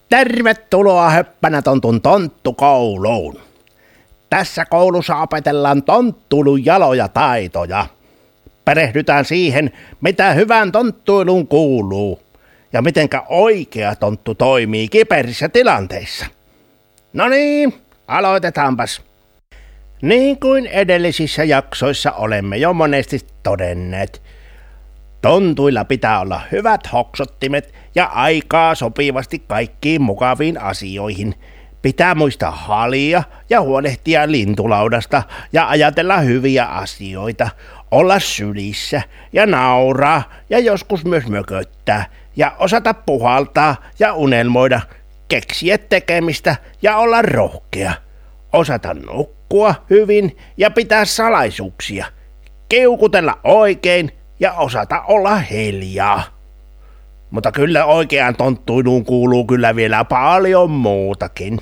Tervetuloa Höppänätontun tonttukouluun. Tässä koulussa opetellaan tonttuilun jaloja taitoja. Perehdytään siihen, mitä hyvään tonttuiluun kuuluu ja mitenkä oikea tonttu toimii kiperissä tilanteissa. No niin, aloitetaanpas. Niin kuin edellisissä jaksoissa olemme jo monesti todenneet, tontuilla pitää olla hyvät hoksottimet ja aikaa sopivasti kaikkiin mukaviin asioihin. Pitää muistaa halia ja huolehtia lintulaudasta ja ajatella hyviä asioita, olla sylissä ja nauraa ja joskus myös mököttää ja osata puhaltaa ja unelmoida, keksiä tekemistä ja olla rohkea, osata nukkua hyvin ja pitää salaisuuksia, kiukutella oikein ja osata olla hiljaa. Mutta kyllä oikeaan tonttuiluun kuuluu kyllä vielä paljon muutakin.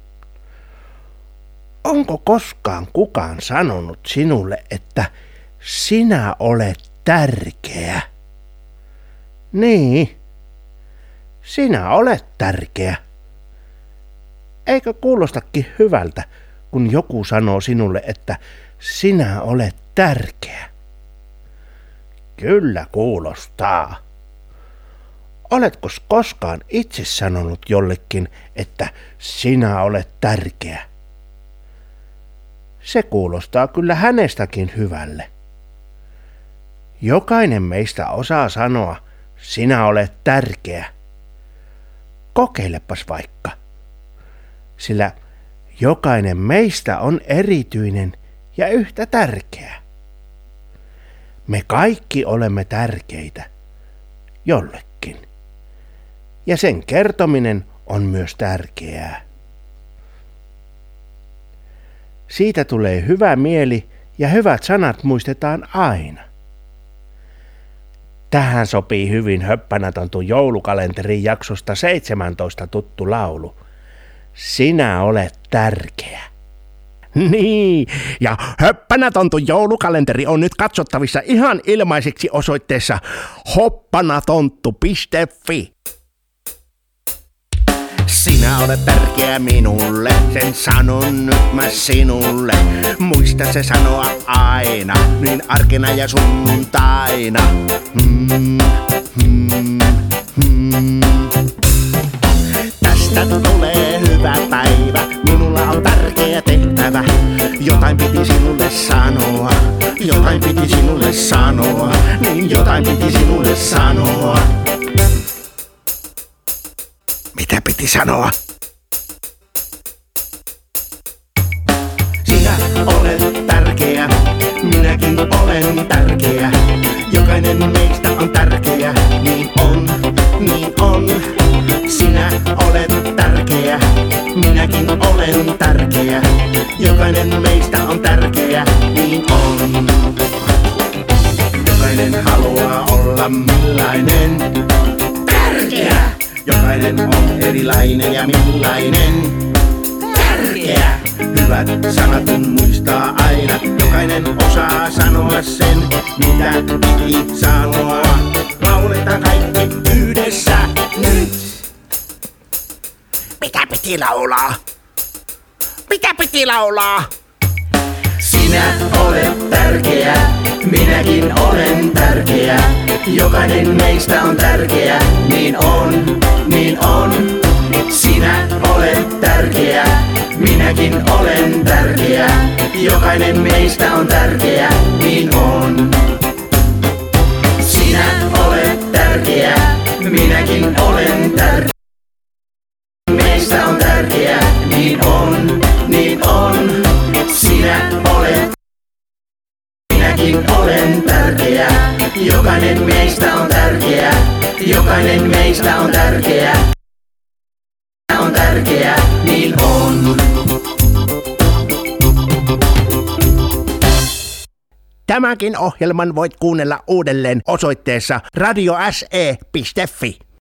Onko koskaan kukaan sanonut sinulle, että sinä olet tärkeä? Niin, sinä olet tärkeä. Eikö kuulostakin hyvältä, kun joku sanoo sinulle, että sinä olet tärkeä? Kyllä kuulostaa. Oletko koskaan itse sanonut jollekin, että sinä olet tärkeä? Se kuulostaa kyllä hänestäkin hyvälle. Jokainen meistä osaa sanoa, sinä olet tärkeä. Kokeilepas vaikka. Sillä jokainen meistä on erityinen ja yhtä tärkeä. Me kaikki olemme tärkeitä jollekin. Ja sen kertominen on myös tärkeää. Siitä tulee hyvä mieli ja hyvät sanat muistetaan aina. Tähän sopii hyvin Höppänätontun joulukalenterin jaksosta 17 tuttu laulu. Sinä olet tärkeä. Niin, ja Höppänätontun joulukalenteri on nyt katsottavissa ihan ilmaiseksi osoitteessa hoppanatonttu.fi. Sinä olet tärkeä minulle, sen sanon nyt mä sinulle. Muista se sanoa aina, niin arkena ja sunnuntaina. Tästä tulee hyvä päivä, minulla on tärkeä tehtävä. Jotain piti sinulle sanoa, jotain piti sinulle sanoa, niin jotain piti sinulle sanoa. Mitä piti sanoa? Sinä olet tärkeä, minäkin olen tärkeä. Jokainen meistä on tärkeä, niin on, niin on. Sinä olet tärkeä, minäkin olen tärkeä. Jokainen meistä on tärkeä, niin on. Jokainen haluaa olla millainen? Tärkeä! Jokainen on erilainen ja millainen? Tärkeä! Hyvät sanat muistaa aina. Jokainen osaa sanoa sen, mitä piti sanoa. Lauletaan kaikki yhdessä nyt. Mitä piti laulaa? Mitä piti laulaa? Sinä olet tärkeä, minäkin olen tärkeä. Jokainen meistä on tärkeä, niin on, niin on. Sinä olet tärkeä, minäkin olen tärkeä. Jokainen meistä on tärkeä, niin on. Sinä olet tärkeä, minäkin olen tärkeä. Meistä on tärkeä, niin on, niin on. Sinä olet, minäkin olen tärkeä. Jokainen meistä on tärkeä. Jokainen meistä on tärkeä. On tärkeä, niin on. Tämänkin ohjelman voit kuunnella uudelleen osoitteessa radiose.fi.